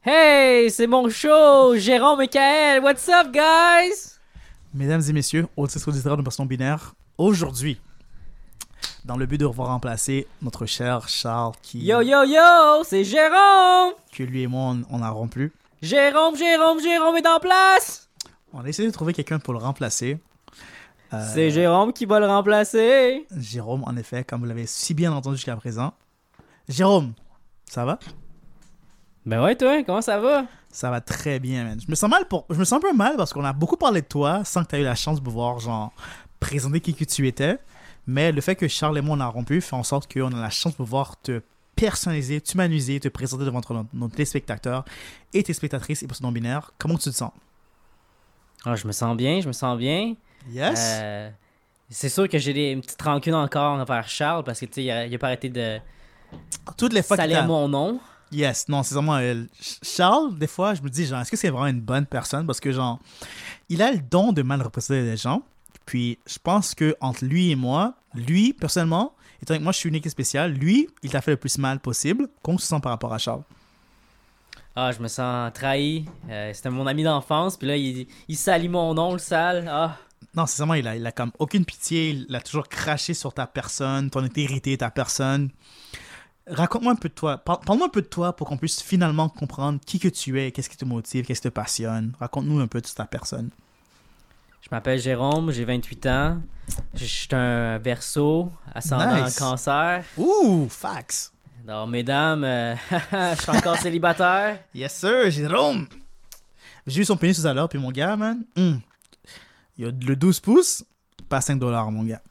Hey, c'est mon show, Jérôme et Kael. What's up, guys? Mesdames et messieurs, auditrices auditeurs de Passion Binaire, aujourd'hui, dans le but de revoir remplacer notre cher Charles Yo, yo, yo, c'est Jérôme! que lui et moi, on a rompu. Jérôme est en place! On a essayé de trouver quelqu'un pour le remplacer. C'est Jérôme qui va le remplacer. Jérôme, en effet, comme vous l'avez si bien entendu jusqu'à présent. Jérôme, ça va? Ben ouais, toi, comment ça va? Ça va très bien, man. Je me sens un peu mal parce qu'on a beaucoup parlé de toi sans que tu aies eu la chance de pouvoir, genre, présenter qui que tu étais. Mais le fait que Charles et moi, on a rompu, fait en sorte qu'on a la chance de pouvoir te personnaliser, t'humaniser, te présenter devant nos téléspectateurs et tes spectatrices et personnes non binaires. Comment tu te sens? Ah, je me sens bien. Yes? C'est sûr que j'ai une petite rancune encore envers Charles parce que, tu sais, il a pas arrêté de Toutes les fois qu'il salir t'a... mon nom. Yes, non, c'est vraiment... Charles, des fois, je me dis, genre, est-ce que c'est vraiment une bonne personne? Parce que, genre, il a le don de mal représenter les gens. Puis, je pense que entre lui et moi, lui, personnellement, étant donné que moi, je suis unique et spécial, lui, il t'a fait le plus mal possible. Comment tu te sens par rapport à Charles? Ah, je me sens trahi. C'était mon ami d'enfance, puis là, il salit mon nom, le sale. Ah. Non, c'est vraiment, il a comme aucune pitié. Il a toujours craché sur ta personne, ton intégrité, ta personne. Raconte-moi un peu de toi. Parle-moi un peu de toi pour qu'on puisse finalement comprendre qui que tu es, qu'est-ce qui te motive, qu'est-ce qui te passionne. Raconte-nous un peu de ta personne. Je m'appelle Jérôme, j'ai 28 ans. Je suis un Verseau, ascendant Nice. Cancer. Ouh, fax. Donc, mesdames, je suis encore célibataire. Yes sir, Jérôme. J'ai eu son pénis tout à l'heure, puis mon gars, man, il y a le 12 pouces, pas 5 $, mon gars.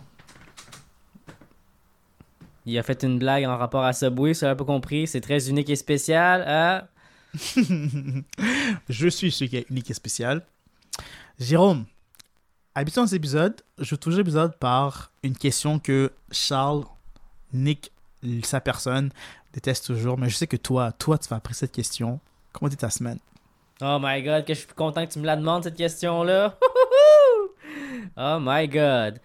Il a fait une blague en rapport à Subway, ça n'a pas compris. C'est très unique et spécial. Ah. Je suis celui qui est unique et spécial. Jérôme, habituellement dans cet épisode, je touche l'épisode par une question que Charles, Nick, sa personne, déteste toujours. Mais je sais que toi, tu vas apprécier cette question. Comment était ta semaine? Oh my god, que je suis content que tu me la demandes, cette question-là. Oh my god.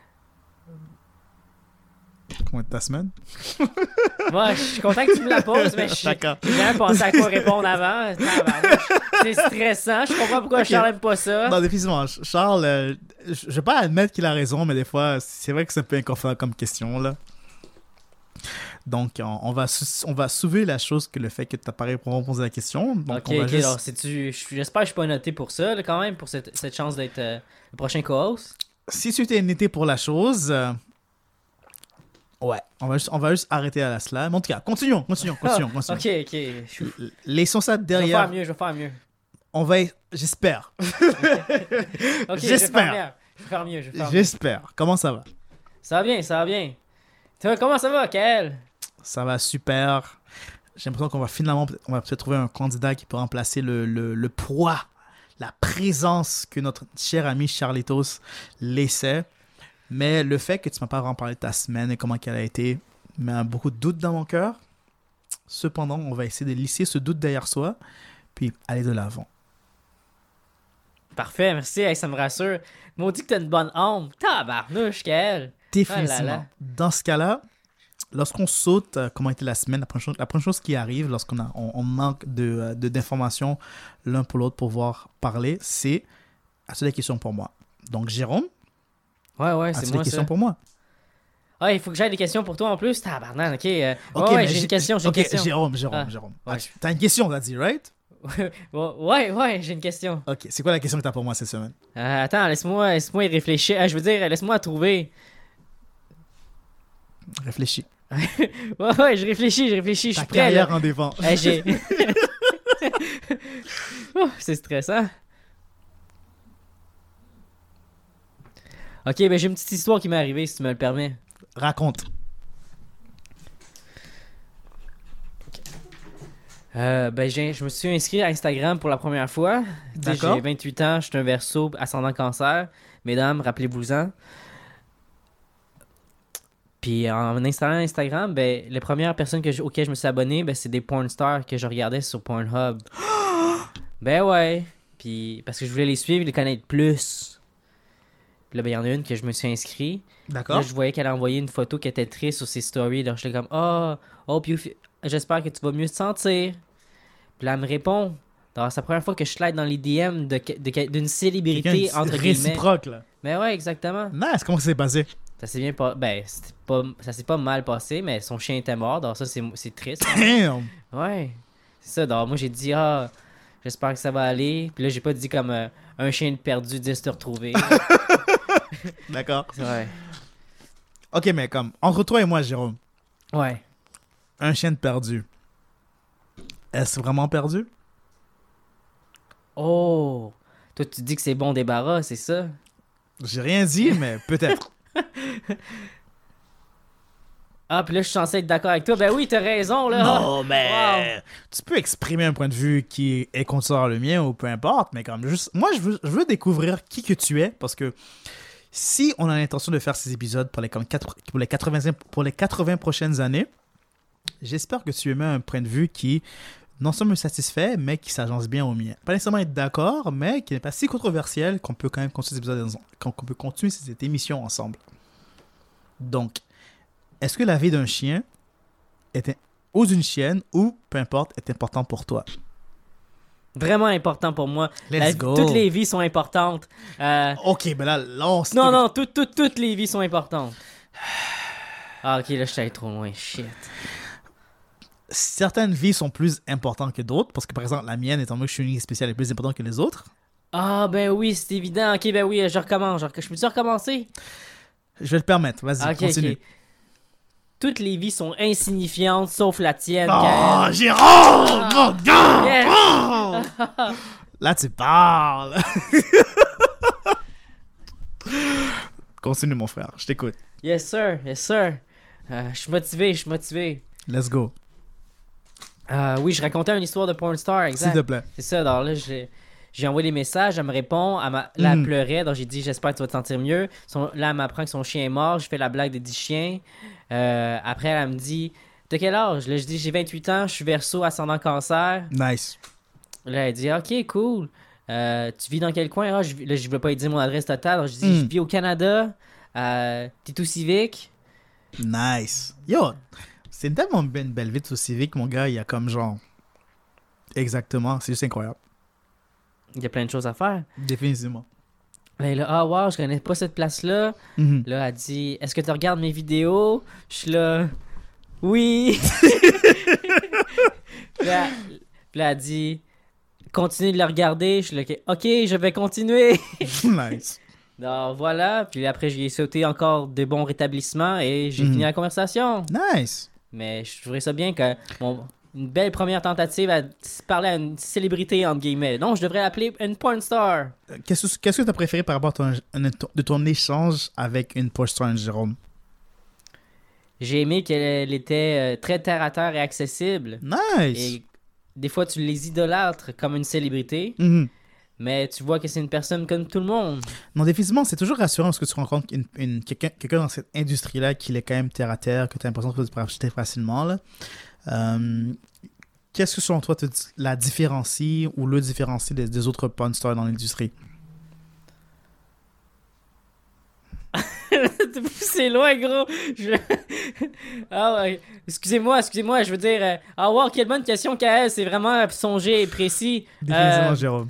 Comment était ta semaine? Moi, je suis content que tu me la poses, mais D'accord. j'ai jamais pensé à quoi répondre avant. Tabarnouche. C'est stressant. Je comprends pourquoi Ok. Charles aime pas ça. Non, définitivement. Charles, je vais pas admettre qu'il a raison, mais des fois, c'est vrai que c'est un peu inconfortable comme question, là. Donc, on va soulever la chose que le fait que tu n'as pas répondu à la question. Donc, Ok, on va ok, juste... alors j'espère que je suis pas noté pour ça, là, quand même, pour cette chance d'être le prochain co-host. Si tu étais noté pour la chose... Ouais, on va juste arrêter à la cela. Mais en tout cas, continuons. Ok, ok. Laissons ça Je vais derrière. faire mieux. On va... J'espère. Ok, J'espère. Je vais faire mieux. J'espère. Comment ça va? Ça va bien. Toi, comment ça va, Kael? Ça va super. J'ai l'impression qu'on va finalement... On va peut-être trouver un candidat qui peut remplacer le poids, la présence que notre cher ami Charlitos laissait. Mais le fait que tu m'as pas vraiment parlé de ta semaine et comment qu'elle a été met beaucoup de doutes dans mon cœur. Cependant, on va essayer de lisser ce doute derrière soi puis aller de l'avant. Parfait, merci, hey, ça me rassure. Maudit que t'as une bonne âme. Tabarnouche, Kael. Définitivement. Ah là là. Dans ce cas-là, lorsqu'on saute comment était la semaine, la première chose qui arrive lorsqu'on on manque d'informations l'un pour l'autre pour pouvoir parler, c'est as-tu des questions pour moi? Donc, Jérôme, Ouais, c'est as-tu moi des questions ça. pour moi? Ah, il faut que j'aille des questions pour toi en plus. Tabarnak, ok. Ok, ouais, mais j'ai une question. Ok, Jérôme. Ah, ouais. T'as une question, t'as dit, right? Ouais, j'ai une question. Ok, c'est quoi la question que t'as pour moi cette semaine? Attends, laisse-moi y réfléchir. Je veux dire, laisse-moi trouver. Réfléchis. Ouais, je réfléchis, je suis Ta prêt là. carrière en défense. J'ai... Oh, c'est stressant. Ok, ben j'ai une petite histoire qui m'est arrivée, si tu me le permets. Raconte. Je me suis inscrit à Instagram pour la première fois. Tu sais, D'accord. J'ai 28 ans, je suis un Verseau, ascendant Cancer. Mesdames, rappelez-vous-en. Puis en installant Instagram, les premières personnes auxquelles je me suis abonné, c'est des porn stars que je regardais sur Pornhub. Ben ouais. Puis parce que je voulais les suivre, les connaître plus. Puis là, il y en a une que je me suis inscrit. D'accord. Là, je voyais qu'elle a envoyé une photo qui était triste sur ses stories. Donc, j'étais comme, j'espère que tu vas mieux te sentir. Puis là, elle me répond. Alors, c'est la première fois que je slide dans les DM d'une célébrité, Quelqu'un entre guillemets. réciproque, là. Mais ouais, exactement. Nice, comment ça s'est passé? Ça s'est bien pas. Ben, ça s'est pas mal passé, mais son chien était mort. Donc, ça, c'est triste. Damn! Ouais. C'est ça. Donc, moi, j'ai dit, j'espère que ça va aller. Puis là, j'ai pas dit comme un chien perdu, 10 te retrouver. D'accord. Ouais. Ok, mais comme, entre toi et moi, Jérôme, Ouais. un chien perdu, est-ce vraiment perdu? Oh! Toi, tu dis que c'est bon débarras, c'est ça? J'ai rien dit, mais peut-être. Ah, puis là, je suis censé être d'accord avec toi. Ben oui, t'as raison, là. Non, mais tu peux exprimer un point de vue qui est contraire à le mien ou peu importe, mais comme juste, moi, je veux découvrir qui que tu es parce que si on a l'intention de faire ces épisodes pour les 80 prochaines années, j'espère que tu émets un point de vue qui non seulement me satisfait, mais qui s'agence bien au mien. Pas nécessairement être d'accord, mais qui n'est pas si controversiel qu'on peut quand même continuer qu'on peut continuer cette émission ensemble. Donc, est-ce que la vie d'un chien ou d'une chienne, ou peu importe, est important pour toi? Vraiment important pour moi. Let's go. Toutes les vies sont importantes. Ok, ben là, lance. Non, toutes les vies sont importantes. Ah, ok, là, je suis allé trop loin. Shit. Certaines vies sont plus importantes que d'autres, parce que par exemple, la mienne, étant donné que je suis unique et spéciale, est plus importante que les autres. Ah, ben oui, c'est évident. Ok, ben oui, je recommence. Je peux-tu recommencer? Je vais te permettre, vas-y, Ok, continue. ok. Toutes les vies sont insignifiantes, sauf la tienne, Oh, Gaël. Jérôme! Mon gars! Yes! Oh! Là, tu parles! Continue, mon frère, je t'écoute. Yes, sir, yes, sir. Je suis motivé. Let's go. Oui, je racontais une histoire de porn star, exact. S'il te plaît. C'est ça, alors là, j'ai envoyé des messages, elle me répond, là, elle pleurait, donc j'ai dit, j'espère que tu vas te sentir mieux. Là, elle m'apprend que son chien est mort, je fais la blague des 10 chiens. Après, elle me dit, t'as quel âge? Là, je dis, j'ai 28 ans, je suis Verseau, ascendant cancer. Nice. Là, elle dit, ok, cool. Tu vis dans quel coin? Là, je voulais pas lui dire mon adresse totale, donc je dis, je vis au Canada, t'es tout civique. Nice. Yo, c'est tellement une belle vie de civique, mon gars. Il y a comme genre... Exactement, c'est juste incroyable. Il y a plein de choses à faire. Définitivement. Là, wow, je connais pas cette place-là. Mhm. Là, elle dit, est-ce que tu regardes mes vidéos? Je suis là, oui. Puis là, elle dit, continue de le regarder. Je suis là, ok, je vais continuer. Nice. Donc voilà, puis après, j'ai sauté encore de bons rétablissements et j'ai fini la conversation. Nice. Mais je trouverais ça bien que une belle première tentative à parler à une célébrité, entre guillemets. Non, je devrais l'appeler une porn star. Qu'est-ce que tu as préféré par rapport à ton échange avec une porn star, Jérôme? J'ai aimé qu'elle était très terre-à-terre et accessible. Nice. Et des fois, tu les idolâtres comme une célébrité, Mhm. mais tu vois que c'est une personne comme tout le monde. Non, définitivement, c'est toujours rassurant parce que tu rencontres quelqu'un dans cette industrie-là qui est quand même terre à terre, que tu as l'impression que tu peux acheter facilement. Là. Qu'est-ce que selon toi la différencie ou le différencie des autres porn stars dans l'industrie? C'est loin, gros. Ah ouais. Excusez-moi, je veux dire... Ah wow, quelle bonne question, Kael. C'est vraiment songé et précis. Définitivement, Jérôme.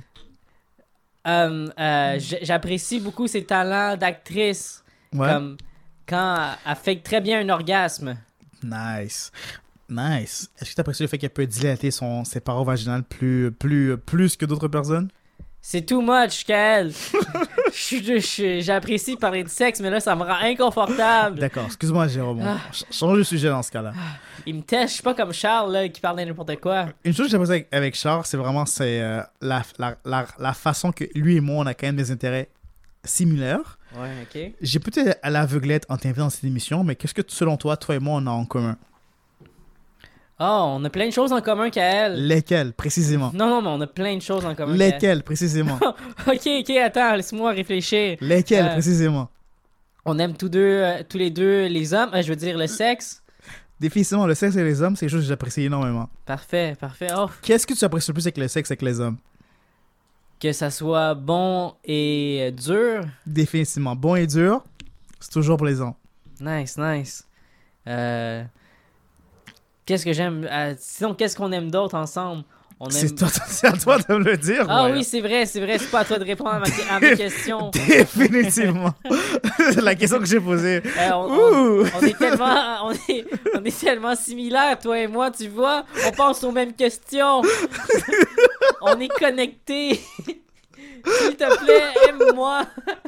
J'apprécie beaucoup ses talents d'actrice. Ouais. Comme quand elle fait très bien un orgasme. Nice. Nice. Est-ce que tu apprécies le fait qu'elle peut dilater ses parois vaginales plus que d'autres personnes? C'est too much, Kael. J'apprécie parler de sexe, mais là, ça me rend inconfortable. D'accord. Excuse-moi, Jérôme. Change de sujet dans ce cas-là. Il me teste, je suis pas comme Charles là, qui parle de n'importe quoi. Une chose que j'apprécie avec Charles, c'est vraiment la façon que lui et moi, on a quand même des intérêts similaires. Ouais, ok. J'ai peut-être à l'aveuglette en t'invitant dans cette émission, mais qu'est-ce que selon toi et moi, on a en commun? Oh, on a plein de choses en commun, Kael. Lesquelles, précisément? Non, mais on a plein de choses en commun. Lesquelles, précisément? Ok, attends, laisse-moi réfléchir. Lesquelles, précisément? On aime tous les deux, les hommes, je veux dire le sexe. Définitivement, le sexe et les hommes, c'est quelque chose que j'apprécie énormément. Parfait. Oh, Qu'est-ce que tu apprécies le plus avec le sexe avec les hommes? que ça soit bon et dur. Définitivement. Bon et dur, c'est toujours plaisant. Nice. Qu'est-ce que j'aime? Sinon, qu'est-ce qu'on aime d'autre ensemble? On C'est aime... toi, c'est à toi de me le dire. Ah ouais. oui, c'est vrai. C'est pas à toi de répondre à mes questions. Définitivement. La question que j'ai posée. On est tellement, on est tellement similaires, toi et moi, tu vois. On pense aux mêmes questions. On est connectés. S'il te plaît, aime-moi.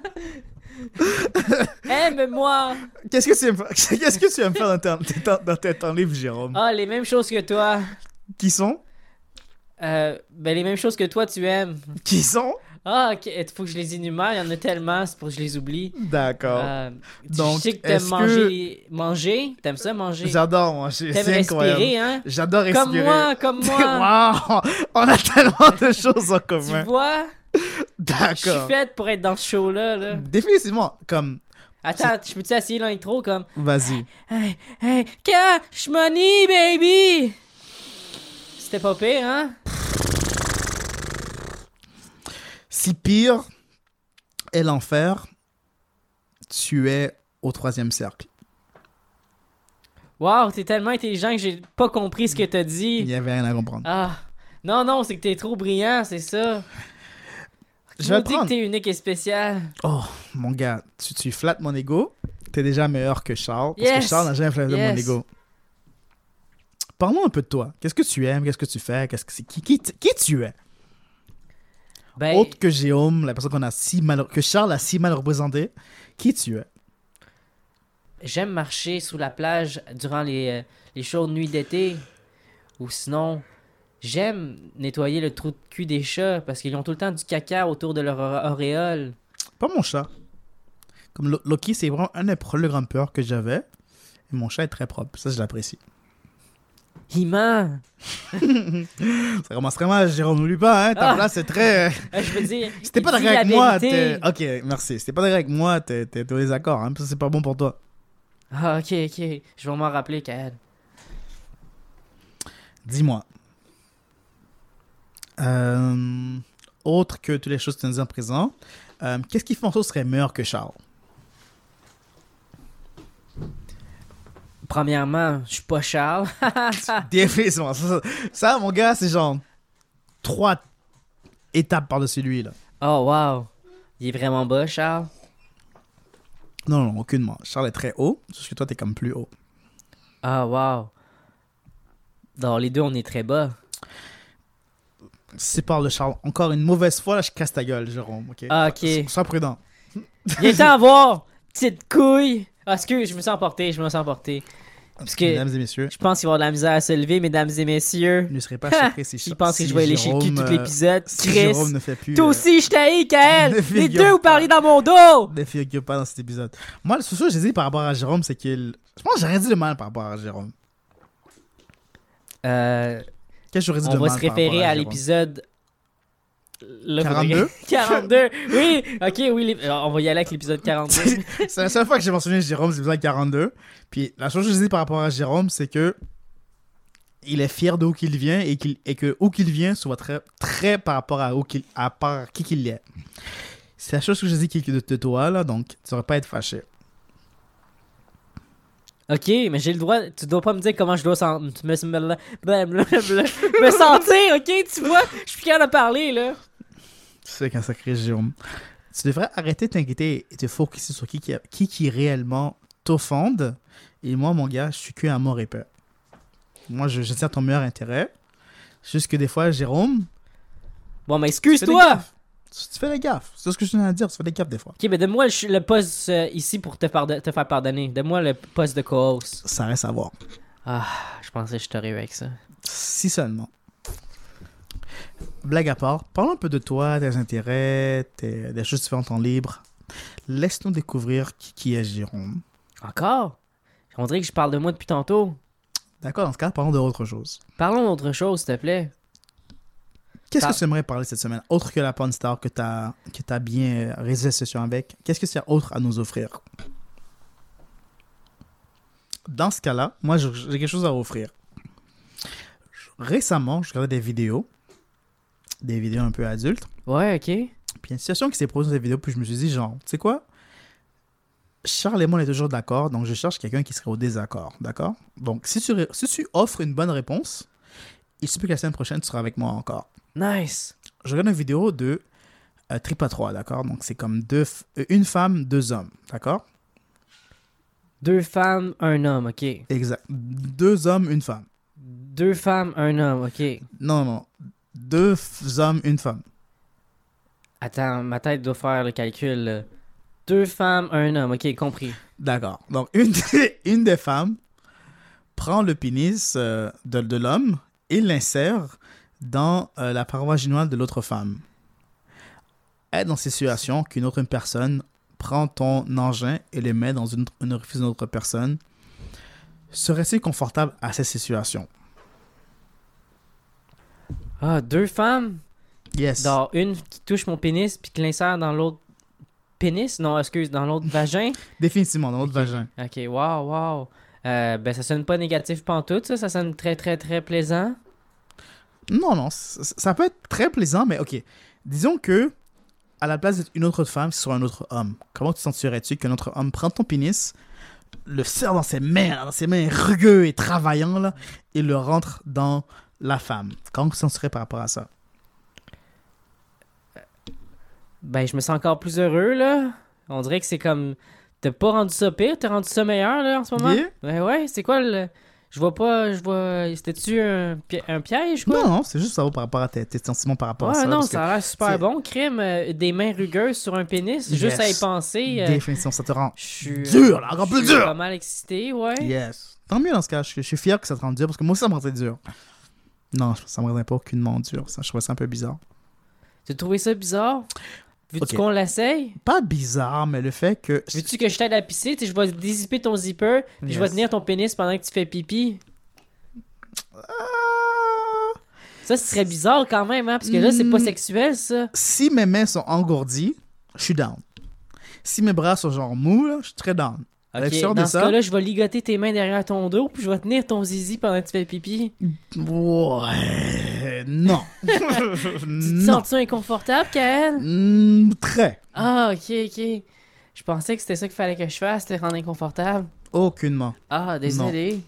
Aime-moi. Qu'est-ce que tu aimes faire dans tes temps libres, Jérôme? Ah, les mêmes choses que toi. Qui sont? Ben, les mêmes choses que toi, tu aimes. Qui sont? Ah, ok. Il faut que je les énumère. Il y en a tellement, c'est pour que je les oublie. D'accord. Donc, je sais que t'aimes manger. T'aimes ça, manger? J'adore manger. T'aimes C'est incroyable. respirer, hein? J'adore respirer. Comme moi. Wow! On a tellement de choses en commun. Tu vois? Je suis D'accord. faite pour être dans ce show-là. Là. Définitivement. Comme. Attends, je peux-tu essayer l'intro comme... Vas-y. Hey, cash money, baby! C'était pas pire, hein? Si pire est l'enfer, tu es au 3e cercle. Wow, t'es tellement intelligent que j'ai pas compris ce que t'as Il dit. n'y avait rien à comprendre. Ah, non, c'est que t'es trop brillant, c'est ça. Je Tu vais me dis que prendre. t'es unique et spécial. Oh, mon gars, tu flattes mon ego. T'es déjà meilleur que Charles. Parce que Yes. Charles n'a jamais flatté mon Yes. ego. Parlons un peu de toi. Qu'est-ce que tu aimes? Qu'est-ce que tu fais? Qui tu es? Ben, Autre que Jérôme, la personne que Charles a si mal représenté, qui tu es? j'aime marcher sous la plage durant les chaudes nuits d'été. Ou sinon, j'aime nettoyer le trou de cul des chats parce qu'ils ont tout le temps du caca autour de leur auréole. Pas mon chat. Comme Loki, c'est vraiment un des plus grandes peurs que j'avais. Et mon chat est très propre. Ça, je l'apprécie. Il ment. Ça commence vraiment, Jérôme, n'oublie pas, hein? Ta Ah. place, c'est très... Je veux dire, Si t'es pas il dit d'accord avec la moi, vérité. Ok, merci. Si t'es pas d'accord avec moi, t'es au désaccord, hein? Parce que c'est pas bon pour toi. Ah, ok. Je vais m'en rappeler, Kael. Dis-moi. Autre que toutes les choses que tu nous dis en présent, qu'est-ce qui fait en sorte que tu serais meilleur que Charles? Premièrement, je suis pas Charles. Définitivement. Ça, mon gars, c'est genre 3 étapes par-dessus lui, là. Oh, wow. Il est vraiment bas, Charles. Non, aucunement. Charles est très haut, sauf que toi, t'es comme plus haut. Ah, wow. Non, les deux, on est très bas. Si tu parles de Charles encore une mauvaise fois, là, je casse ta gueule, Jérôme, ok? Ah, ok. Sois prudent. Viens t'en voir, petite couille. Ah, excuse, je me sens emporté. Parce que Mesdames et messieurs, je pense qu'il va y avoir de la misère à se lever, mesdames et messieurs. je ne serais pas surpris si Il pense que je vais lécher le cul tout l'épisode. Si Chris. Jérôme ne fait plus... Toi aussi, je t'haïs, Kael. ne Les figure deux, vous pas. parlez dans mon dos. Ne figure pas dans cet épisode. Moi, le chose que j'ai dit par rapport à Jérôme, c'est qu'il... Je pense que j'ai rien dit de mal par rapport à Jérôme. Qu'est-ce que j'aurais dit de On mal va se par rapport référer à Jérôme? l'épisode... Là, 42? 42. Oui, ok, oui. On va y aller avec l'épisode 42. C'est la seule fois que j'ai mentionné Jérôme, c'est l'épisode 42. Puis la chose que j'ai dit par rapport à Jérôme, c'est que il est fier de où qu'il vient et que où qu'il vient soit très, très par rapport à qui qu'il est. C'est la chose que j'ai dit de toi, là, donc tu devrais pas être fâché. Ok, mais j'ai le droit. Tu dois pas me dire comment je dois me sentir, ok? Tu vois, je suis capable de parler, là. C'est qu'un sacré Jérôme. Tu devrais arrêter de t'inquiéter et te focusser sur qui réellement t'offende. Et moi, mon gars, je suis qu'un amour et peur. Moi, je tiens ton meilleur intérêt. Juste que des fois, Jérôme, Bon, mais tu fais des excuse-toi! gaffes. Tu fais des gaffes. C'est ce que je tiens à dire. Tu fais des gaffes des fois. Ok, mais donne-moi le poste ici pour te faire pardonner. Donne-moi le poste de co-host. Ça reste à voir. Ah, je pensais que je t'aurais eu avec ça. Si seulement. Blague à part, parlons un peu de toi, tes intérêts, des choses que tu fais en temps libre. Laisse-nous découvrir qui est Jérôme. Encore? On dirait que je parle de moi depuis tantôt. D'accord, dans ce cas, parlons d'autre chose. Parlons d'autre chose, s'il te plaît. Qu'est-ce que tu aimerais parler cette semaine, autre que la porn star que tu as bien réalisé la session avec? Qu'est-ce que tu as autre à nous offrir? Dans ce cas-là, moi, j'ai quelque chose à offrir. Récemment, je regardais des vidéos un peu adultes. Ouais, ok. Puis il y a une situation qui s'est posée dans cette vidéo, puis je me suis dit, genre, tu sais quoi? Charles et moi, on est toujours d'accord, donc je cherche quelqu'un qui serait au désaccord, d'accord? Donc, si tu offres une bonne réponse il se peut que la semaine prochaine, tu seras avec moi encore. Nice. Je regarde une vidéo de Triple 3, d'accord? Donc, c'est comme une femme, 2 hommes, d'accord? 2 femmes, 1 homme, ok. Exact. 2 hommes, une femme. 2 femmes, 1 homme, ok. Non, non. 2 hommes, une femme. Attends, ma tête doit faire le calcul. Là. 2 femmes, 1 homme, ok, compris. D'accord. Donc, une des femmes prend le pénis de l'homme et l'insère dans la paroi vaginale de l'autre femme. Être dans cette situation qu'une autre personne prend ton engin et le met dans une orifice d'une autre personne, serais-tu confortable à cette situation? Ah, 2 femmes? Yes. Dans une qui touche mon pénis puis qui l'insère dans l'autre pénis? Non, excuse, dans l'autre vagin? Définitivement, dans l'autre vagin. Ok, wow. Ben, ça sonne pas négatif pantoute, ça sonne très, très, très plaisant. Non, ça peut être très plaisant, mais ok. Disons que, à la place d'être une autre femme, ce soit un autre homme. Comment tu sentirais-tu qu'un autre homme prend ton pénis, le serre dans ses mains rugueux et travaillants, là, et le rentre dans la femme? Comment tu te sentirais par rapport à ça? Ben, je me sens encore plus heureux, là. On dirait que c'est comme... T'as pas rendu ça pire, t'as rendu ça meilleur, là, en ce moment? Yeah. Ben ouais, c'est quoi le... Je vois... C'était-tu un piège, quoi? Non, c'est juste ça par rapport à tes sentiments par rapport à ça. Ouais, non, parce ça a l'air super bon. Crime, des mains rugueuses sur un pénis, juste à y penser. Définition, ça te rend Je suis... dur, là, encore plus Je suis dur! pas mal excité, ouais. Yes. Tant mieux dans ce cas, je suis fier que ça te rende dur, parce que moi aussi, ça me rendrait dur. Non, ça me rendrait pas aucunement dur. Ça, je trouvais ça un peu bizarre. Tu as trouvé ça bizarre? Veux-tu qu'on l'essaye? Pas bizarre, mais le fait que... Veux-tu que je t'aide à pisser? Je vais dézipper ton zipper, puis je vais tenir ton pénis pendant que tu fais pipi. Ça, ce serait bizarre quand même, hein? Parce que là, c'est pas sexuel, ça. Si mes mains sont engourdies, je suis down. Si mes bras sont genre mous, là, je suis très down. Ok, dans ce cas-là, je vais ligoter tes mains derrière ton dos, puis je vais tenir ton zizi pendant que tu fais pipi. Ouais, non. Tu te Non. sens-tu inconfortable, Kael? Très. Ah, ok. Je pensais que c'était ça qu'il fallait que je fasse, te rendre inconfortable. Aucunement. Ah, désolé.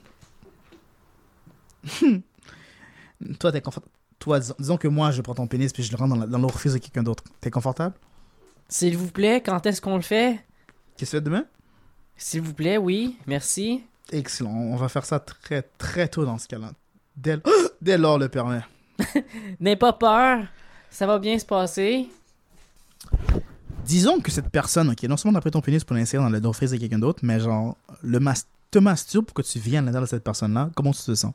Toi, t'es confortable. Toi, disons que moi, je prends ton pénis puis je le rentre dans l'orifice de quelqu'un d'autre. T'es confortable? S'il vous plaît, quand est-ce qu'on le fait? Qu'est-ce que tu fais demain? S'il vous plaît, oui, merci. Excellent. On va faire ça très, très tôt dans ce cas-là. Dès lors le permet. N'aie pas peur. Ça va bien se passer. Disons que cette personne, ok, non seulement t'as pris ton pénis pour l'insérer dans l'orifice de quelqu'un d'autre, mais genre, te masturbe pour que tu viennes à l'intérieur de cette personne-là. Comment tu te sens?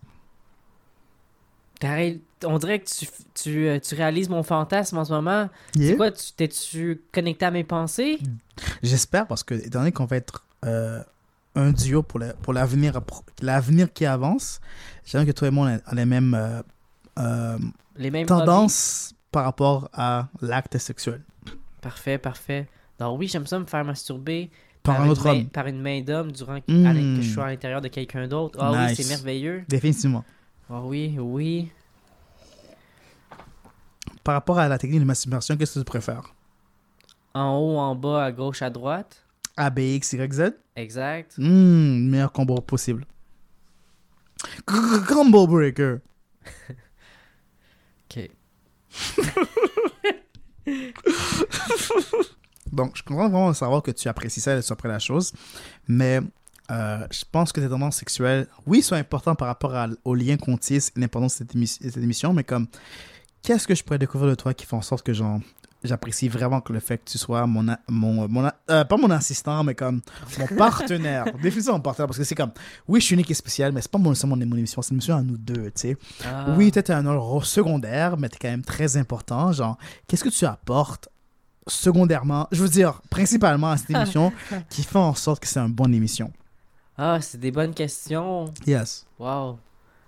On dirait que tu réalises mon fantasme en ce moment. Yeah. C'est quoi? T'es-tu connecté à mes pensées? J'espère, parce que, étant donné qu'on va être un duo pour l'avenir qui avance, j'aimerais que toi et moi, on a les mêmes, Les mêmes tendances par rapport à l'acte sexuel. Parfait. Alors oui, j'aime ça me faire masturber Par un autre homme. par une main d'homme durant que Mm. je sois à l'intérieur de quelqu'un d'autre. Ah oui, Nice. c'est merveilleux. Définitivement. Ah oui. Par rapport à la technique de masturbation, qu'est-ce que tu préfères? En haut, en bas, à gauche, à droite. A, B, X, Y, Z? Exact. Meilleur combo possible. Combo breaker. Ok. Donc, je comprends vraiment de savoir que tu apprécies ça et tu apprécies la chose, mais je pense que tes tendances sexuelles, oui, sont importantes par rapport au lien qu'on tisse et l'importance de cette émission, mais comme, qu'est-ce que je pourrais découvrir de toi qui fait en sorte que j'apprécie vraiment que le fait que tu sois pas mon assistant, mais comme mon partenaire. Définitivement mon partenaire, parce que c'est comme, oui, je suis unique et spécial, mais c'est pas seulement mon émission, c'est une émission à nous deux, tu sais. Ah. Oui, peut-être un rôle secondaire, mais t'es quand même très important. Genre, qu'est-ce que tu apportes secondairement, je veux dire, principalement à cette émission, qui fait en sorte que c'est une bonne émission? Ah, c'est des bonnes questions. Yes. Wow.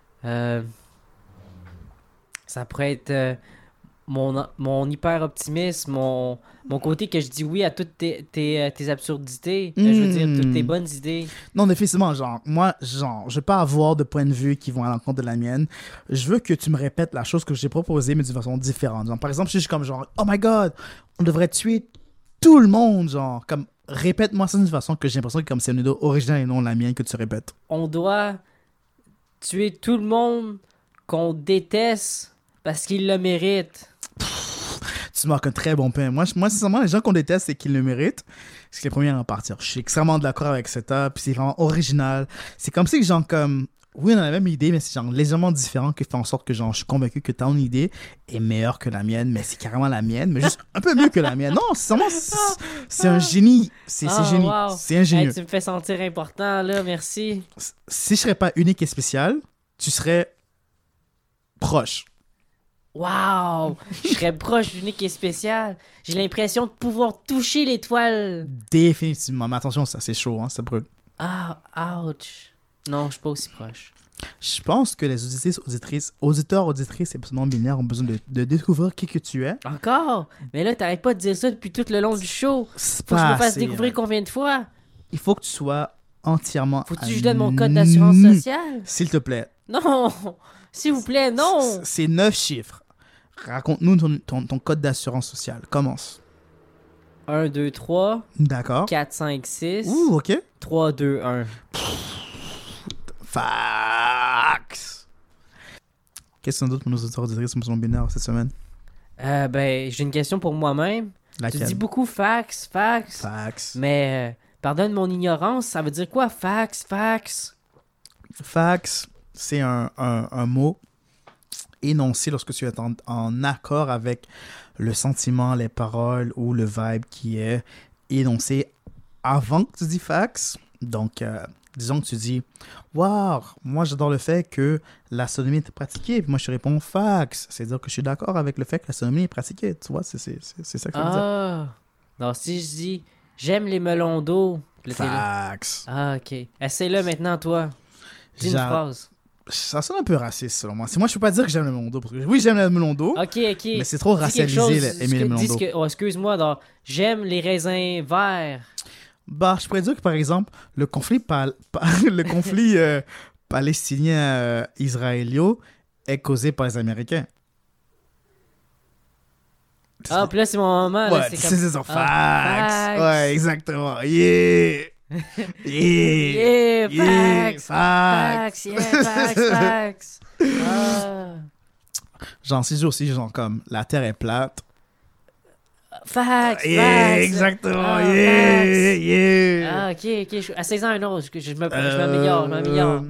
Ça pourrait être mon hyper-optimisme, mon côté que je dis oui à toutes tes absurdités. Je veux dire, toutes tes bonnes idées. Non, définitivement, moi, je veux pas avoir de point de vue qui vont à l'encontre de la mienne. Je veux que tu me répètes la chose que j'ai proposée, mais d'une façon différente. Genre, par exemple, je suis comme genre, oh my god, on devrait tuer tout le monde, genre, comme, répète-moi ça d'une façon que j'ai l'impression que comme c'est une idée originale et non la mienne que tu répètes. On doit tuer tout le monde qu'on déteste parce qu'il le mérite. Tu marques un très bon point. Moi, sincèrement, les gens qu'on déteste et qui le méritent, c'est les premiers à en partir. Je suis extrêmement d'accord avec ça, puis c'est vraiment original. C'est comme si, genre, comme... Oui, on a la même idée, mais c'est genre légèrement différent qui fait en sorte que, genre, je suis convaincu que ton idée est meilleure que la mienne, mais c'est carrément la mienne, mais juste un peu mieux que la mienne. Non, c'est un génie. C'est génie. Wow. C'est ingénieux. Hey, tu me fais sentir important, là, merci. Si je serais pas unique et spécial, tu serais proche. Wow! Je serais proche d'unique et spécial. J'ai l'impression de pouvoir toucher l'étoile. Définitivement. Mais attention, ça, c'est chaud, hein, ça brûle. Ah, ouch. Non, je suis pas aussi proche. Je pense que les auditeurs, auditrices et personnes binaires ont besoin de découvrir qui que tu es. Encore? Mais là, t'arrêtes pas de dire ça depuis tout le long du show. C'est Faut que je pas me fasse assez, découvrir hein. combien de fois? Il faut que tu sois entièrement... Faut-tu que je donne mon code d'assurance sociale? S'il te plaît. Non! S'il vous plaît, non! C'est 9 chiffres. Raconte-nous ton code d'assurance sociale. Commence. 1, 2, 3, D'accord. 4, 5, 6, Ouh, ok. 3, 2, 1. Fax. Qu'est-ce que d'autre pour nos auditeurs auditrices sur binaire cette semaine? Ben, j'ai une question pour moi-même. Laquelle? Tu dis beaucoup fax. Fax. Mais, pardonne mon ignorance, ça veut dire quoi, fax? Fax, c'est un mot énoncé lorsque tu es en accord avec le sentiment, les paroles ou le vibe qui est énoncé avant que tu dis fax. Donc, disons que tu dis « Wow, moi j'adore le fait que la sodomie est pratiquée. » Puis moi je te réponds « Fax. » C'est-à-dire que je suis d'accord avec le fait que la sodomie est pratiquée. Tu vois, c'est ça que ça veut dire. Ah! Non, si je dis « J'aime les melons d'eau. » là, t'es là. Fax. Ah, ok. Essaye-le maintenant, toi. Dis une phrase. Ça sonne un peu raciste selon moi. Moi je peux pas dire que j'aime le melon d'eau. Parce que oui, j'aime le melon d'eau. Ok. Mais c'est trop Dis quelque racialisé chose, aimer le melon d'eau. Oh, excuse-moi, donc, j'aime les raisins verts. Bah, je pourrais dire que, par exemple, le conflit, palestinien-israélio est causé par les Américains. Ah, puis là, c'est mon moment. Ouais, Là, c'est ça. fax. Fax. Ouais, exactement. Yeah! Yeah! Yeah, fax. Fax! Fax, yeah, fax. Ah. Genre, si je dis aussi, genre, comme, la Terre est plate. Fax, Yeah! fax. Exactement. Ah, Yeah! fax. Yeah! Ah, ok. Essaye-en un autre. Je m'améliore.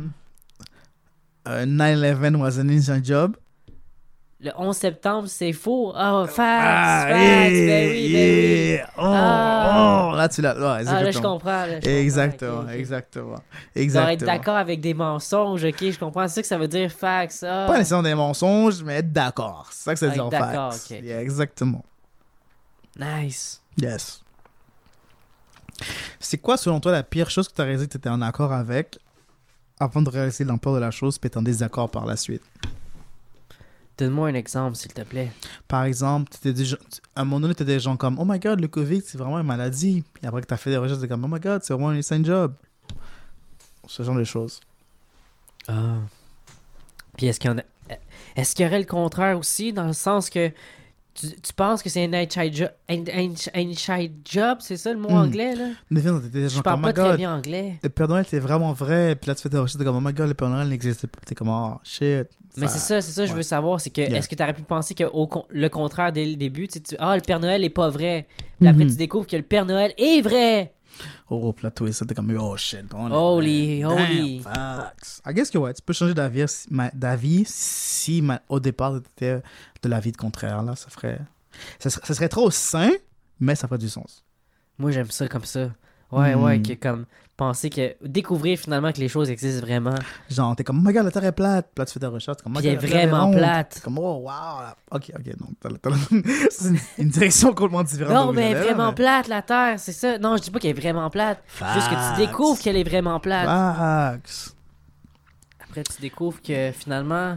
9/11 was an inside job. Le 11 septembre, c'est faux. Ah, fax, Ah, fax. yeah, Ben oui. Oh, Ah. oh, là, tu l'as. Ouais, Ah, là, je comprends. Exactement, Ok. exactement. Doit être Exactement. d'accord avec des mensonges, ok, je comprends. C'est ça que ça veut dire fax. Ah. Pas nécessairement des mensonges, mais être d'accord. C'est ça que ça veut dire en D'accord, fax. ok. Yeah, exactement. Nice. Yes. C'est quoi, selon toi, la pire chose que tu as réalisé que tu étais en accord avec avant de réaliser l'ampleur de la chose, puis être en désaccord par la suite? Donne-moi un exemple, s'il te plaît. Par exemple, à un moment donné, tu étais des gens comme « Oh my God, le COVID, c'est vraiment une maladie. » Puis après que tu as fait des recherches, tu comme « Oh my God, c'est vraiment un insane job. » Ce genre de choses. Ah. Puis est-ce qu'il y aurait le contraire aussi, dans le sens que tu penses que c'est un inside job, c'est ça le mot anglais, là? Mais viens, t'étais des gens Je parle comme « Oh pas my très God, bien anglais. le Père Noël, c'est vraiment vrai. » Puis là, tu fais des recherches, t'es comme « Oh my God, le Père Noël n'existe pas. » T'es comme « Oh, shit. » Mais c'est ça, je veux savoir, c'est que Yeah. est-ce que tu aurais pu penser que le contraire dès le début, le Père Noël est pas vrai. Puis après tu découvres que le Père Noël est vrai. Oh, plot twist, t'es comme « Oh, shit. Holy. Facts. I guess que ouais, tu peux changer d'avis si au départ, t'étais de l'avis de contraire. Là, ça serait trop sain, mais ça ferait du sens. Moi j'aime ça comme ça. Ouais, que comme penser que découvrir finalement que les choses existent vraiment. Genre, t'es comme « Oh my God, la Terre est plate. » Puis là, tu fais des recherches. T'es comme « Oh my Puis elle God, est la Terre vraiment ronde. plate. T'es comme « Oh, wow. » Ok, donc c'est une direction complètement différente. Non, de où mais elle est j'allais, là, vraiment plate la Terre, c'est ça. Non, je dis pas qu'elle est vraiment plate. Juste que tu Facts. découvres qu'elle est vraiment plate. Facts. Après tu découvres que finalement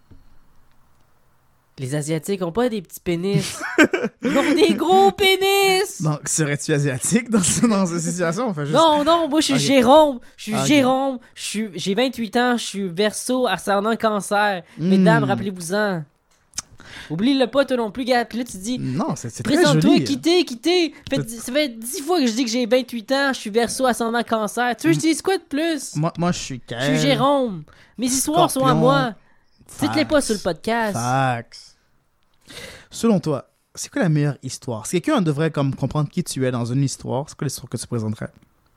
les Asiatiques ont pas des petits pénis. Ils ont des gros pénis. Donc, serais-tu asiatique dans cette situation? On fait juste... Non, moi je suis Ok. Jérôme. Je suis Ok. Jérôme. J'ai 28 ans. Je suis Verseau, ascendant cancer. Mesdames, rappelez-vous-en. Oublie-le pas, toi non plus, gars. Puis là, tu dis, Non, c'est très présente-toi, joli. quittez. Ça fait 10 fois que je dis que j'ai 28 ans. Je suis Verseau, ascendant cancer. Tu veux que je dise quoi de plus? Moi, je suis Je suis Jérôme. Mes histoires sont à Scorpion. moi. Dites-les pas sur le podcast. Facts. Selon toi, c'est quoi la meilleure histoire? Si quelqu'un devrait comme comprendre qui tu es dans une histoire, c'est quoi l'histoire que tu présenterais?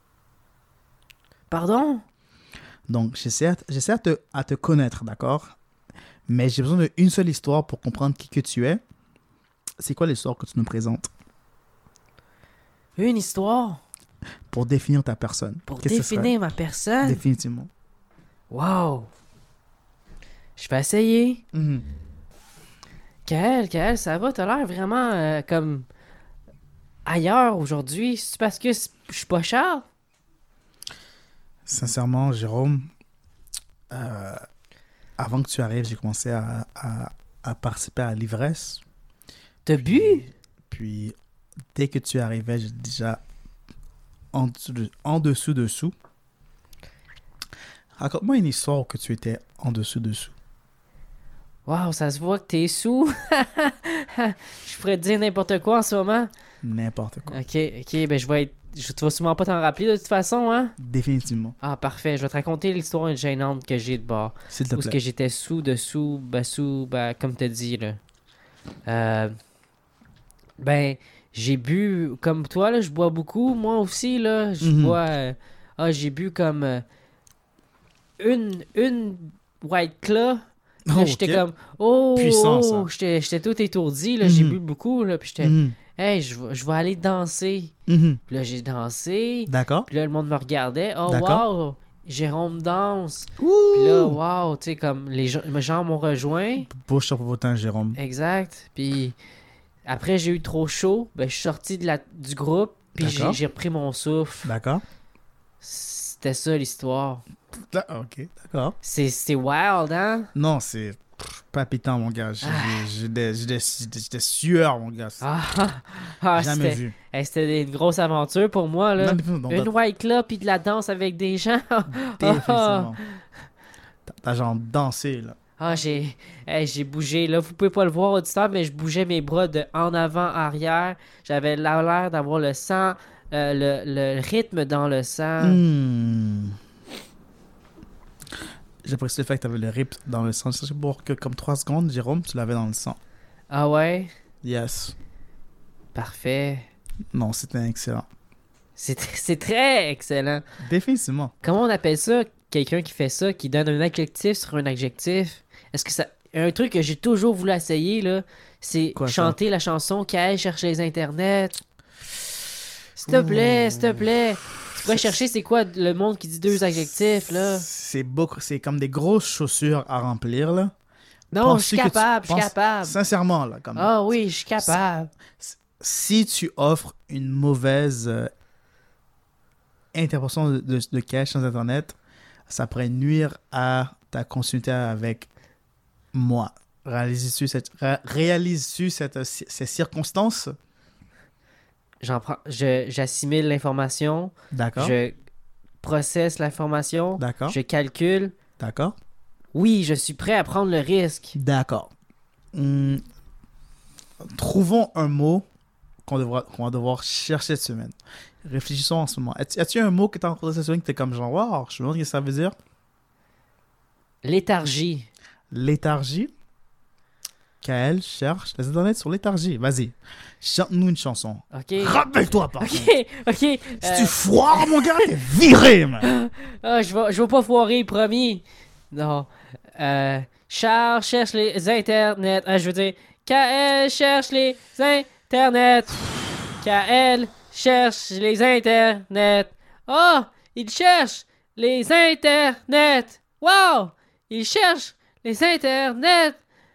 Pardon? Donc, j'essaie à te connaître, d'accord? Mais j'ai besoin d'une seule histoire pour comprendre qui que tu es. C'est quoi l'histoire que tu nous présentes? Une histoire Pour définir ta personne. pour Qu'est-ce que ce définir ma personne? serait? Définitivement. Wow! Je vais essayer. Mhm. Kael, ça va? T'as l'air vraiment comme ailleurs aujourd'hui. C'est parce que je suis pas Charles? Sincèrement, Jérôme, avant que tu arrives, j'ai commencé à participer à l'ivresse. T'as bu? Puis, dès que tu arrivais, j'étais déjà en dessous. Raconte-moi une histoire où que tu étais en dessous. Wow, ça se voit que t'es sous. Je pourrais te dire n'importe quoi en ce moment. N'importe quoi. Ok, ben tu vas sûrement pas t'en rappeler de toute façon, hein? Définitivement. Ah, parfait. Je vais te raconter l'histoire gênante que j'ai de bord. S'il te Où est-ce plaît. que j'étais sous, comme t'as dit, là. Ben, j'ai bu, comme toi, là, je bois beaucoup. Moi aussi, là, je Mhm. bois... j'ai bu comme une White Claw. Là, Oh, j'étais ok. comme, oh, Puissant, ça. j'étais tout étourdi, là, j'ai Mhm. bu beaucoup, là, puis j'étais, Mhm. hey, je vais aller danser. Mhm. Puis là, j'ai dansé, D'accord. puis là, le monde me regardait, oh, D'accord. wow, Jérôme danse. Ouh! Puis là, wow, tu sais, comme, les gens m'ont rejoint, Bouge sur popotin, Jérôme. exact, puis après, j'ai eu trop chaud, ben, je suis sorti du groupe, puis D'accord. j'ai repris mon souffle. D'accord. C'était ça, l'histoire. Ok, d'accord. C'est wild, hein? Non, c'est palpitant, mon gars. J'ai des sueurs, mon gars. Jamais c'était... vu. Hey, c'était une grosse aventure pour moi, là. Non, Une White Club puis de la danse avec des gens. définitivement. T'as genre dansé, là. J'ai bougé. Là, vous pouvez pas le voir auditeur, mais je bougeais mes bras de en avant, arrière. J'avais l'air d'avoir le sang, le rythme dans le sang. J'apprécie le fait que t'avais le rip dans le sang. C'est pour que, comme 3 secondes, Jérôme, tu l'avais dans le sang. Ah ouais? Yes. Parfait. Non, c'était excellent. C'est très excellent. Définitivement. Comment on appelle ça? Quelqu'un qui fait ça, qui donne un adjectif sur un adjectif. Est-ce que ça... Un truc que j'ai toujours voulu essayer, là, c'est Quoi, ça? chanter la chanson Kael cherche les internets. S'il te plaît, s'il te plaît. Tu pourrais chercher c'est quoi le monde qui dit 2 adjectifs, là? C'est comme des grosses chaussures à remplir, là. Non, je suis Penses-tu que tu capable, je suis penses- capable. Sincèrement, là, comme... Ah oui, je suis capable. Si tu offres une mauvaise interprétation de cache sur Internet, ça pourrait nuire à ta continuité avec moi. Réalises-tu ces circonstances? J'assimile l'information, D'accord. je processe l'information, D'accord. je calcule. D'accord. Oui, je suis prêt à prendre le risque. D'accord. Trouvons un mot qu'on va devoir chercher cette semaine. Réfléchissons en ce moment. As-tu un mot que tu as rencontré cette semaine que tu es comme genre, wow, je me demande ce que ça veut dire? Léthargie. Léthargie. Kael cherche les internets sur léthargie. Vas-y, chante-nous une chanson. OK. Rappelle-toi, par contre. OK. Si tu foires, mon gars, t'es viré, man. Je vais pas foirer, promis. Non. Charles cherche les internets. Je veux dire, Kael cherche les internets. Kael cherche les internets. Oh, il cherche les internets. Wow, il cherche les internets.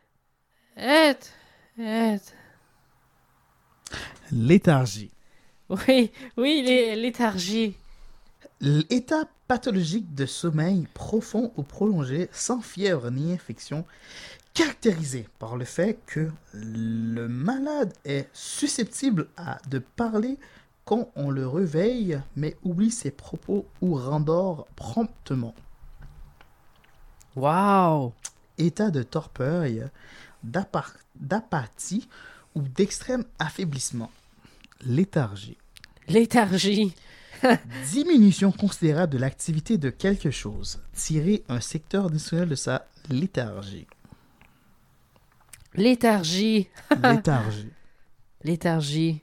Léthargie. Oui, léthargie. L'état pathologique de sommeil profond ou prolongé, sans fièvre ni infection, caractérisé par le fait que le malade est susceptible de parler quand on le réveille, mais oublie ses propos ou rendort promptement. Wow. État de torpeur, d'apathie ou d'extrême affaiblissement. Léthargie. Léthargie. Diminution considérable de l'activité de quelque chose. Tirer un secteur additionnel de sa léthargie. Léthargie. Léthargie. Léthargie.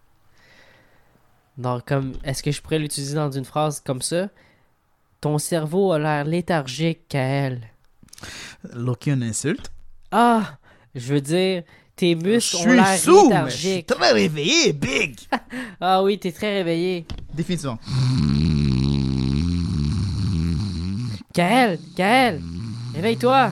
Donc, comme, est-ce que je pourrais l'utiliser dans une phrase comme ça? Ton cerveau a l'air léthargique, Kael. Loki, une insulte. Ah! Je veux dire, tes muscles ont Je l'air suis sous, mais je suis léthargiques. très réveillé, big. Ah oui, t'es très réveillé. Définitivement. Kael, réveille-toi.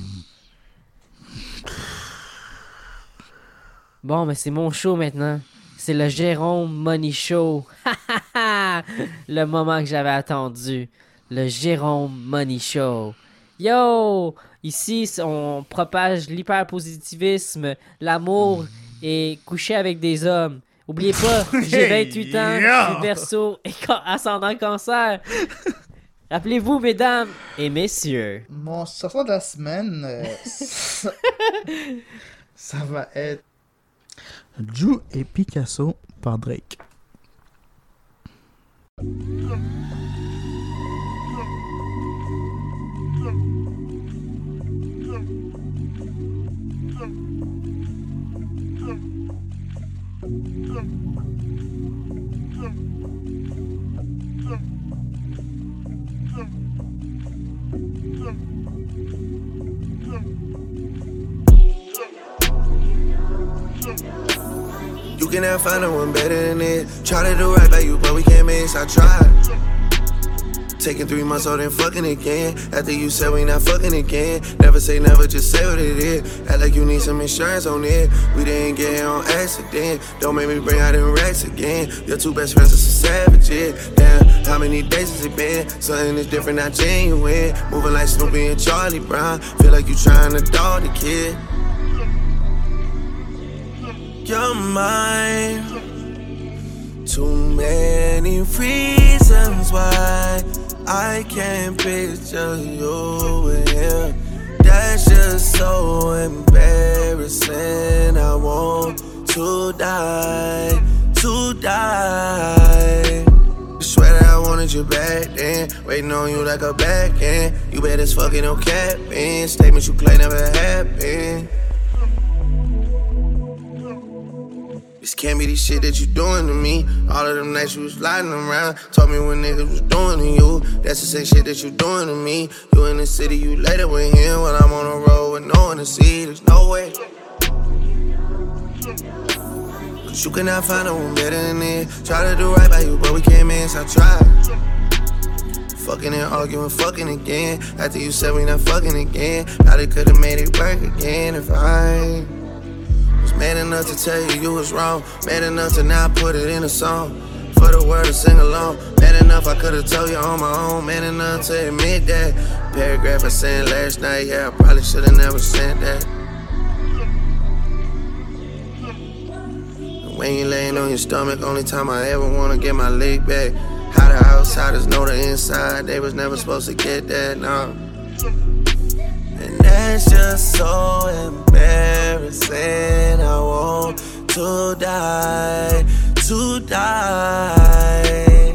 Bon, mais c'est mon show maintenant. C'est le Jérôme Money Show. Le moment que j'avais attendu. Le Jérôme Money Show. Yo! Ici, on propage l'hyperpositivisme, l'amour et coucher avec des hommes. Oubliez pas, j'ai 28 ans, je suis Verseau et ascendant Cancer. Rappelez-vous, mesdames et messieurs. Mon chanson de la semaine, ça va être Ju et Picasso par Drake. You can never find no one better than it. Try to do right by you, but we can't miss. I tried. Taking 3 months old and fucking again. After you said we not fucking again. Never say never, just say what it is. Act like you need some insurance on it. We didn't get here on accident. Don't make me bring out them racks again. Your 2 best friends are some savages. Damn, how many days has it been? Something is different, not genuine. Moving like Snoopy and Charlie Brown. Feel like you trying to dog the kid. You're mine. Too many reasons why I can't picture you with him. That's just so embarrassing. I want to die, to die. I swear that I wanted you back then. Waiting on you like a back end. You bet it's fucking no capping. Statements you play never happened. This can't be the shit that you doing to me. All of them nights you was sliding around. Told me what niggas was doing to you. That's the same shit that you doing to me. You in the city, you later with him. When I'm on the road with no one to see, there's no way. Cause you cannot find no one better than it. Try to do right by you, but we can't miss. I tried. Fucking and arguing, fucking again. After you said we not fucking again. Probably could've made it work again if I man enough to tell you you was wrong. Man enough to not put it in a song. For the world to sing along. Man enough I could've told you on my own. Man enough to admit that paragraph I sent last night. Yeah, I probably should've never sent that. And when you laying on your stomach, only time I ever wanna get my leg back. How the outsiders know the inside. They was never supposed to get that, no. And that's just so embarrassing. I want to die, to die.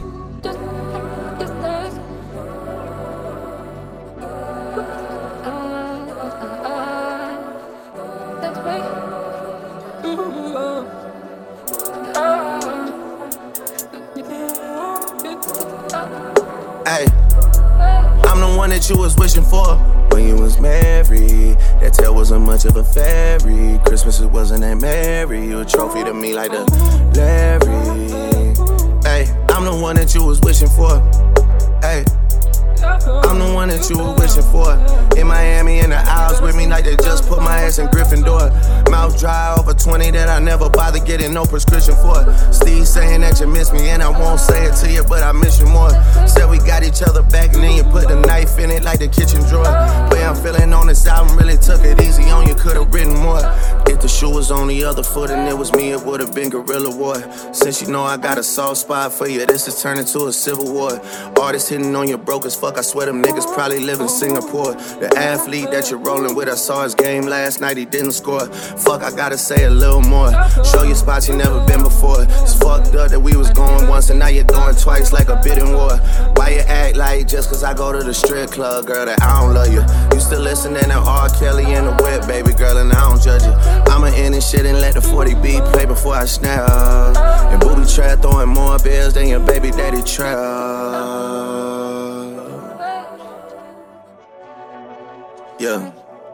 Hey, I'm the one that you was wishing for when you was married. That tail wasn't much of a fairy. Christmas it wasn't that merry. You a trophy to me like the Larry. Hey, I'm the one that you was wishing for. Hey, I'm the one that you were wishing for. In Miami in the aisles with me like they just put my ass in Gryffindor. Mouth dry over 20 that I never bothered getting no prescription for. Steve saying that you miss me and I won't say it to you, but I miss you more. Said we got each other back and then you put the knife in it like the kitchen drawer. Way I'm feeling on this album really took it easy on you, could've written more. If the shoe was on the other foot and it was me, it would've been Guerrilla War. Since you know I got a soft spot for you, this is turning to a civil war. Artists hitting on you broke as fuck, I swear them niggas probably live in Singapore. The athlete that you're rolling with, I saw his game last night, he didn't score. Fuck, I gotta say a little more. Show you spots you never been before. It's fucked up that we was going once and now you're going twice like a bidding war. Why you act like just cause I go to the strip club, girl, that I don't love you? You still listening to R. Kelly in the whip, baby girl, and I don't judge you. I'ma end this shit and let the 40B play before I snap. And booby trap throwing more bills than your baby daddy trap. Yeah.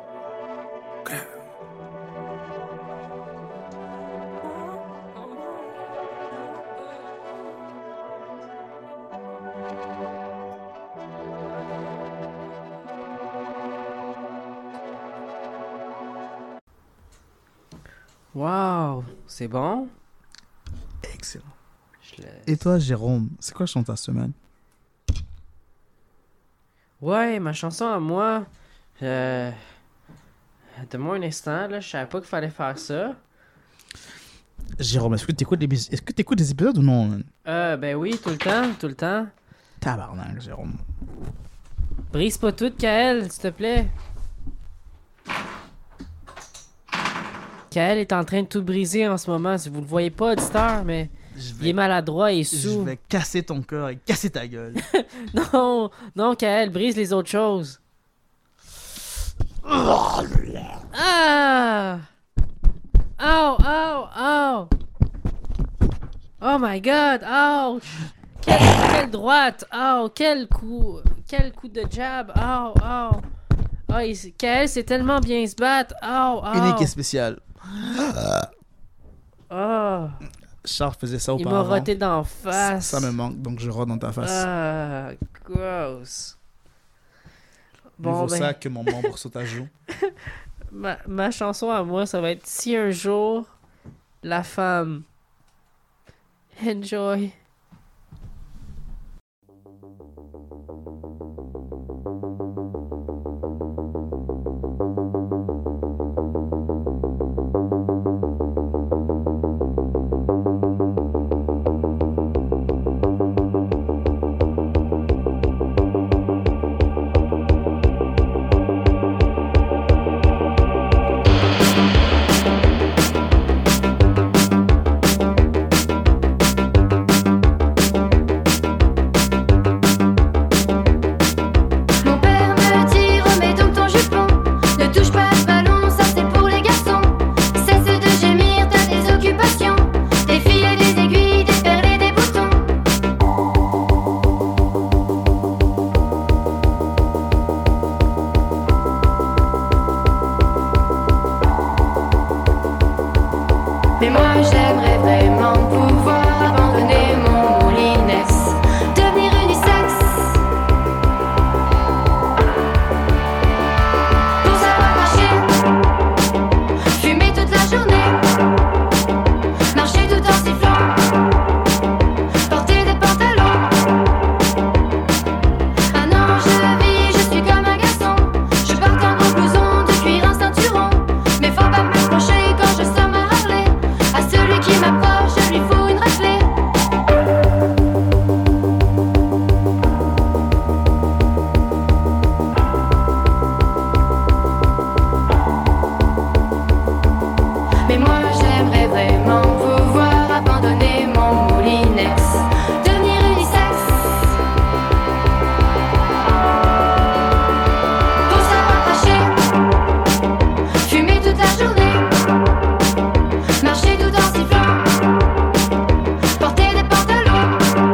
Wow, c'est bon? Excellent. Je le- Et toi, Jérôme, c'est quoi chanter ta semaine? Ouais, ma chanson à moi. Donne-moi un instant, là. Je savais pas qu'il fallait faire ça. Jérôme, est-ce que t'écoutes des épisodes ou non? Man? Ben oui, tout le temps, tout le temps. Tabarnak, Jérôme. Brise pas tout, Kael, s'il te plaît. Kael est en train de tout briser en ce moment. Si vous le voyez pas, auditeur, mais il est maladroit et Je sous. vais casser ton cœur et casser ta gueule. Non, non, Kael, brise les autres choses. Ah! Ow, ow, ow! Oh my god, ouch! Quelle droite! Oh, quel coup de jab! Oh, oh! Oh, Kael sait tellement bien se battre! Oh, oh! Unique et spéciale. Oh! Charles faisait ça Il auparavant. m'a roté d'en face! Ça me manque, donc je rote dans ta face. Ah, gross! Il vaut ben, ça que mon membre saute à joue. ma chanson à moi, ça va être Si un jour, la femme. Enjoy. Mon père me dit remets donc ton jupon. Ne touche pas ce ballon, ça c'est pour les garçons. Cesse de gémir, t'as des occupations. Des filles et des aiguilles, des perles et des boutons. Mais moi j'aimerais vraiment pouvoir abandonner mon moulinès, devenir unisexe. Pour savoir marcher, fumer toute la journée, marcher tout en sifflant, porter des pantalons. Ah non, je vis, je suis comme un garçon. Je porte un gros blouson de cuir, un ceinturon. Mais faut pas m'approcher quand je somme à Harley. À celui qui m'approche, je lui fous une raclée. Mais moi j'aimerais vraiment pouvoir abandonner mon moulinex, devenir unisexe. Pour savoir cracher, fumer toute la journée, marcher tout en sifflant, porter des pantalons.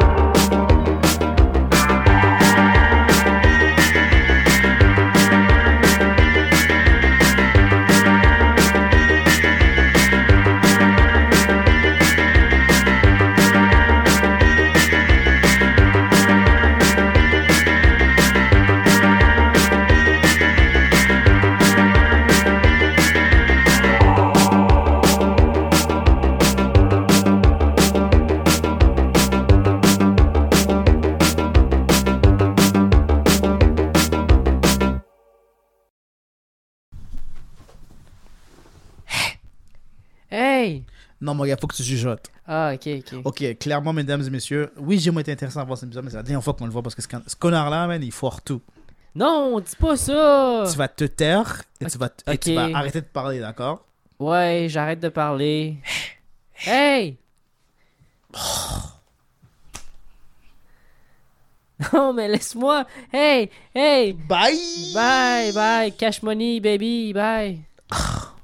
Hey! Non, mon gars, faut que tu jugeotes. Ah, ok, ok. Ok, clairement, mesdames et messieurs, oui, j'aimerais être intéressant à voir cet épisode, mais c'est la dernière fois qu'on le voit parce que ce connard-là, man, il foire tout. Non, dis pas ça! Tu vas te taire et, Ok. tu vas arrêter de parler, d'accord? Ouais, j'arrête de parler. Hey! Non, mais laisse-moi. Hey, hey. Bye! Bye, bye. Cash money, baby. Bye.